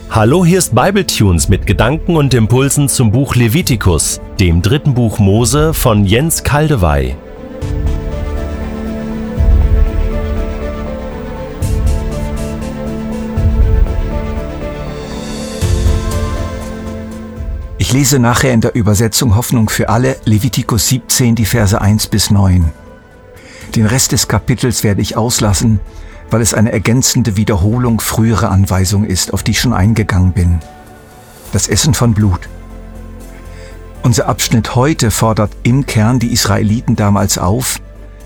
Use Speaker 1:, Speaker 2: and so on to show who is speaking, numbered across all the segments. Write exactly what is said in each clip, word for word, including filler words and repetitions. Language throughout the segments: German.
Speaker 1: Hallo, hier ist Bibletunes mit Gedanken und Impulsen zum Buch Levitikus, dem dritten Buch Mose von Jens Kaldewey.
Speaker 2: Ich lese nachher in der Übersetzung Hoffnung für alle Levitikus siebzehn, die Verse eins bis neun. Den Rest des Kapitels werde ich auslassen, weil es eine ergänzende Wiederholung früherer Anweisungen ist, auf die ich schon eingegangen bin. Das Essen von Blut. Unser Abschnitt heute fordert im Kern die Israeliten damals auf,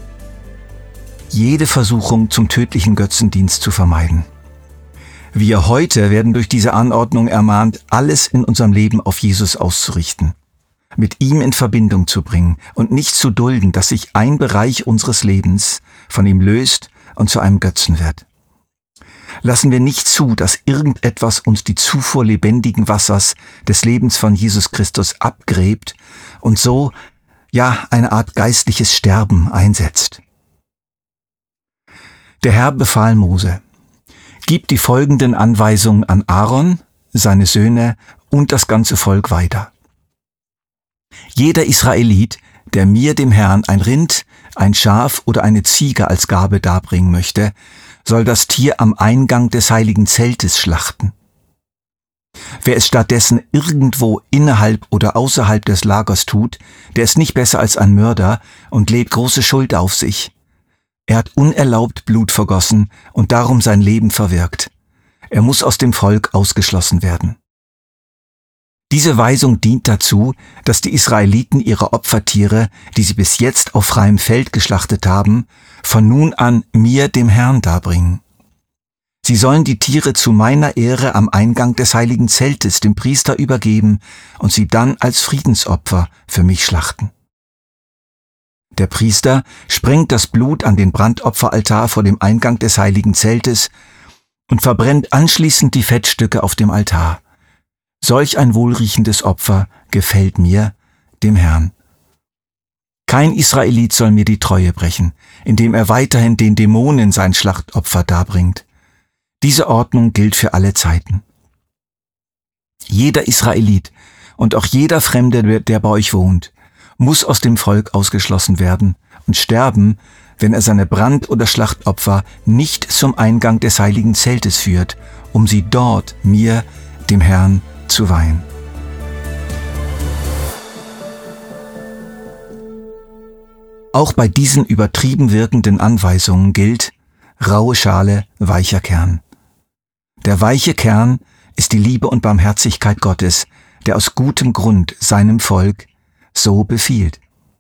Speaker 2: jede Versuchung zum tödlichen Götzendienst zu vermeiden. Wir heute werden durch diese Anordnung ermahnt, alles in unserem Leben auf Jesus auszurichten, mit ihm in Verbindung zu bringen und nicht zu dulden, dass sich ein Bereich unseres Lebens von ihm löst und zu einem Götzen wird. Lassen wir nicht zu, dass irgendetwas uns die Zufuhr lebendigen Wassers des Lebens von Jesus Christus abgräbt und so, ja, eine Art geistliches Sterben einsetzt. Der Herr befahl Mose: Gib die folgenden Anweisungen an Aaron, seine Söhne und das ganze Volk weiter. Jeder Israelit, der mir, dem Herrn, ein Rind, ein Schaf oder eine Ziege als Gabe darbringen möchte, soll das Tier am Eingang des heiligen Zeltes schlachten. Wer es stattdessen irgendwo innerhalb oder außerhalb des Lagers tut, der ist nicht besser als ein Mörder und lädt große Schuld auf sich. Er hat unerlaubt Blut vergossen und darum sein Leben verwirkt. Er muss aus dem Volk ausgeschlossen werden. Diese Weisung dient dazu, dass die Israeliten ihre Opfertiere, die sie bis jetzt auf freiem Feld geschlachtet haben, von nun an mir, dem Herrn, darbringen. Sie sollen die Tiere zu meiner Ehre am Eingang des heiligen Zeltes dem Priester übergeben und sie dann als Friedensopfer für mich schlachten. Der Priester sprengt das Blut an den Brandopferaltar vor dem Eingang des heiligen Zeltes und verbrennt anschließend die Fettstücke auf dem Altar. Solch ein wohlriechendes Opfer gefällt mir, dem Herrn. Kein Israelit soll mir die Treue brechen, indem er weiterhin den Dämonen sein Schlachtopfer darbringt. Diese Ordnung gilt für alle Zeiten. Jeder Israelit und auch jeder Fremde, der bei euch wohnt, muss aus dem Volk ausgeschlossen werden und sterben, wenn er seine Brand- oder Schlachtopfer nicht zum Eingang des heiligen Zeltes führt, um sie dort mir, dem Herrn, zu weihen. Auch bei diesen übertrieben wirkenden Anweisungen gilt: raue Schale, weicher Kern. Der weiche Kern ist die Liebe und Barmherzigkeit Gottes, der aus gutem Grund seinem Volk so befiehlt.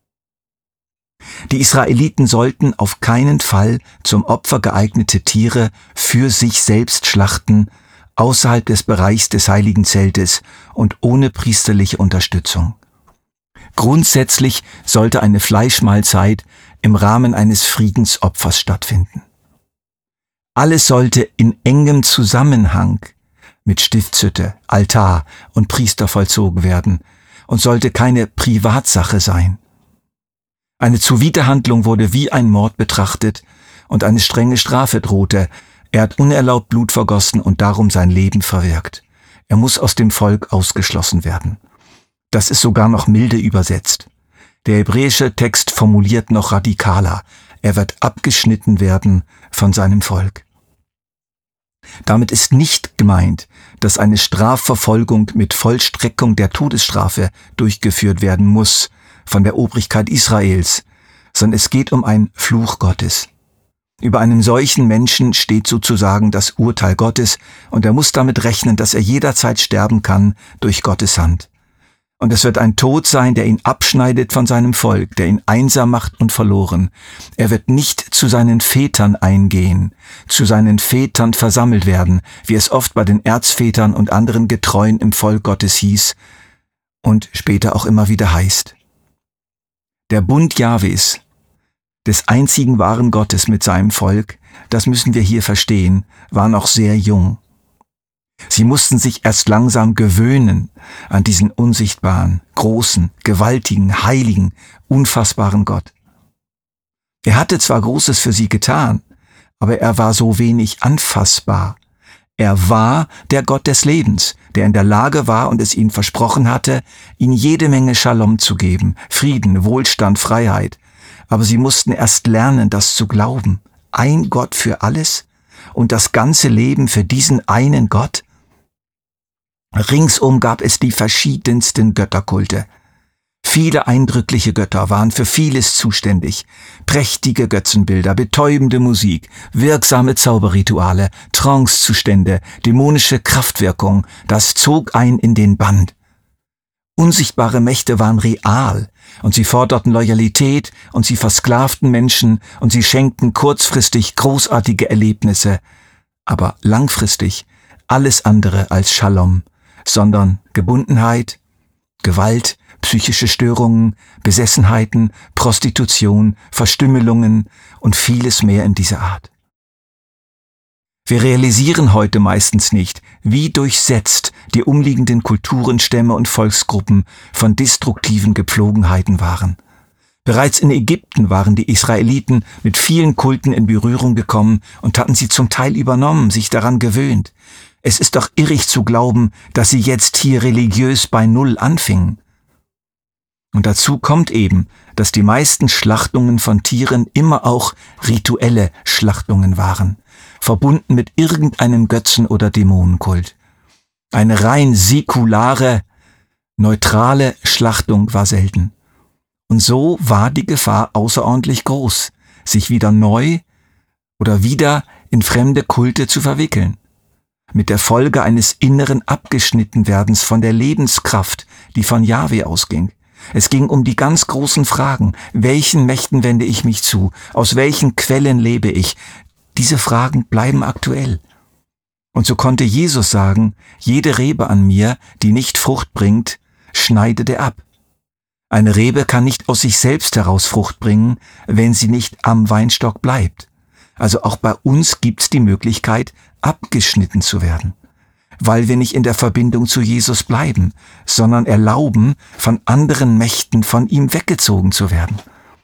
Speaker 2: Die Israeliten sollten auf keinen Fall zum Opfer geeignete Tiere für sich selbst schlachten, außerhalb des Bereichs des heiligen Zeltes und ohne priesterliche Unterstützung. Grundsätzlich sollte eine Fleischmahlzeit im Rahmen eines Friedensopfers stattfinden. Alles sollte in engem Zusammenhang mit Stiftshütte, Altar und Priester vollzogen werden und sollte keine Privatsache sein. Eine Zuwiderhandlung wurde wie ein Mord betrachtet und eine strenge Strafe drohte. Er hat unerlaubt Blut vergossen und darum sein Leben verwirkt. Er muss aus dem Volk ausgeschlossen werden. Das ist sogar noch milde übersetzt. Der hebräische Text formuliert noch radikaler: Er wird abgeschnitten werden von seinem Volk. Damit ist nicht gemeint, dass eine Strafverfolgung mit Vollstreckung der Todesstrafe durchgeführt werden muss von der Obrigkeit Israels, sondern es geht um einen Fluch Gottes. Über einen solchen Menschen steht sozusagen das Urteil Gottes und er muss damit rechnen, dass er jederzeit sterben kann durch Gottes Hand. Und es wird ein Tod sein, der ihn abschneidet von seinem Volk, der ihn einsam macht und verloren. Er wird nicht zu seinen Vätern eingehen, zu seinen Vätern versammelt werden, wie es oft bei den Erzvätern und anderen Getreuen im Volk Gottes hieß und später auch immer wieder heißt. Der Bund Jahwes, des einzigen wahren Gottes mit seinem Volk, das müssen wir hier verstehen, war noch sehr jung. Sie mussten sich erst langsam gewöhnen an diesen unsichtbaren, großen, gewaltigen, heiligen, unfassbaren Gott. Er hatte zwar Großes für sie getan, aber er war so wenig anfassbar. Er war der Gott des Lebens, der in der Lage war und es ihnen versprochen hatte, ihnen jede Menge Shalom zu geben, Frieden, Wohlstand, Freiheit. Aber sie mussten erst lernen, das zu glauben. Ein Gott für alles und das ganze Leben für diesen einen Gott? Ringsum gab es die verschiedensten Götterkulte. Viele eindrückliche Götter waren für vieles zuständig. Prächtige Götzenbilder, betäubende Musik, wirksame Zauberrituale, Trancezustände, dämonische Kraftwirkung, das zog ein in den Bann. Unsichtbare Mächte waren real und sie forderten Loyalität und sie versklavten Menschen und sie schenkten kurzfristig großartige Erlebnisse, aber langfristig alles andere als Shalom, sondern Gebundenheit, Gewalt, psychische Störungen, Besessenheiten, Prostitution, Verstümmelungen und vieles mehr in dieser Art. Wir realisieren heute meistens nicht, wie durchsetzt die umliegenden Kulturen, Stämme und Volksgruppen von destruktiven Gepflogenheiten waren. Bereits in Ägypten waren die Israeliten mit vielen Kulten in Berührung gekommen und hatten sie zum Teil übernommen, sich daran gewöhnt. Es ist doch irrig zu glauben, dass sie jetzt hier religiös bei Null anfingen. Und dazu kommt eben, dass die meisten Schlachtungen von Tieren immer auch rituelle Schlachtungen waren, verbunden mit irgendeinem Götzen- oder Dämonenkult. Eine rein säkulare, neutrale Schlachtung war selten. Und so war die Gefahr außerordentlich groß, sich wieder neu oder wieder in fremde Kulte zu verwickeln, mit der Folge eines inneren Abgeschnittenwerdens von der Lebenskraft, die von Jahwe ausging. Es ging um die ganz großen Fragen. Welchen Mächten wende ich mich zu? Aus welchen Quellen lebe ich? Diese Fragen bleiben aktuell. Und so konnte Jesus sagen, jede Rebe an mir, die nicht Frucht bringt, schneidet er ab. Eine Rebe kann nicht aus sich selbst heraus Frucht bringen, wenn sie nicht am Weinstock bleibt. Also auch bei uns gibt's die Möglichkeit, abgeschnitten zu werden, weil wir nicht in der Verbindung zu Jesus bleiben, sondern erlauben, von anderen Mächten von ihm weggezogen zu werden.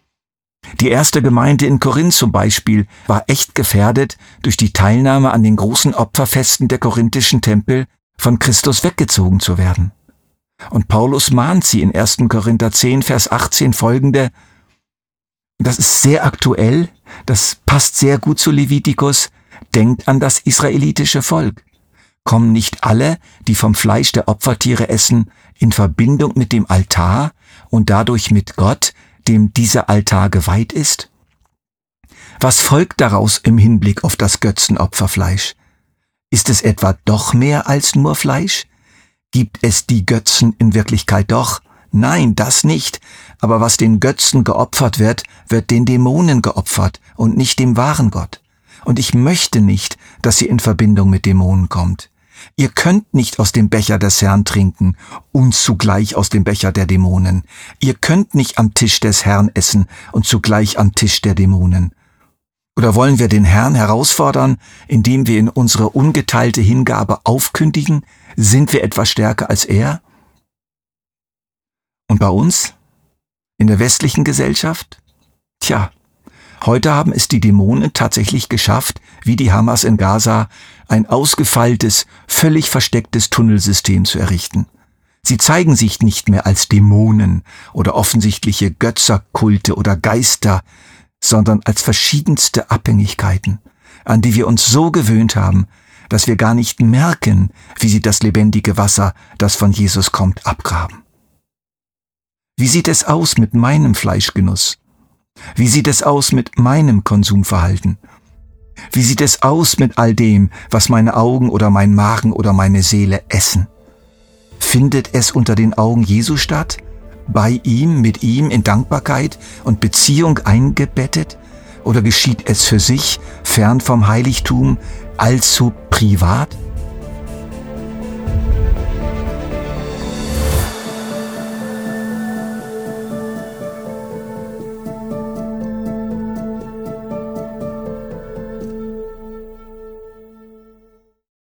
Speaker 2: Die erste Gemeinde in Korinth zum Beispiel war echt gefährdet, durch die Teilnahme an den großen Opferfesten der korinthischen Tempel von Christus weggezogen zu werden. Und Paulus mahnt sie in ersten Korinther zehn, Vers achtzehn folgende, das ist sehr aktuell, das passt sehr gut zu Levitikus, denkt an das israelitische Volk. Kommen nicht alle, die vom Fleisch der Opfertiere essen, in Verbindung mit dem Altar und dadurch mit Gott, dem dieser Altar geweiht ist? Was folgt daraus im Hinblick auf das Götzenopferfleisch? Ist es etwa doch mehr als nur Fleisch? Gibt es die Götzen in Wirklichkeit doch? Nein, das nicht. Aber was den Götzen geopfert wird, wird den Dämonen geopfert und nicht dem wahren Gott. Und ich möchte nicht, dass ihr in Verbindung mit Dämonen kommt. Ihr könnt nicht aus dem Becher des Herrn trinken und zugleich aus dem Becher der Dämonen. Ihr könnt nicht am Tisch des Herrn essen und zugleich am Tisch der Dämonen. Oder wollen wir den Herrn herausfordern, indem wir in unsere ungeteilte Hingabe aufkündigen? Sind wir etwas stärker als er? Und bei uns? In der westlichen Gesellschaft? Tja, heute haben es die Dämonen tatsächlich geschafft, wie die Hamas in Gaza, ein ausgefeiltes, völlig verstecktes Tunnelsystem zu errichten. Sie zeigen sich nicht mehr als Dämonen oder offensichtliche Götzerkulte oder Geister, sondern als verschiedenste Abhängigkeiten, an die wir uns so gewöhnt haben, dass wir gar nicht merken, wie sie das lebendige Wasser, das von Jesus kommt, abgraben. Wie sieht es aus mit meinem Fleischgenuss? Wie sieht es aus mit meinem Konsumverhalten? Wie sieht es aus mit all dem, was meine Augen oder mein Magen oder meine Seele essen? Findet es unter den Augen Jesu statt? Bei ihm, mit ihm in Dankbarkeit und Beziehung eingebettet? Oder geschieht es für sich, fern vom Heiligtum, allzu privat?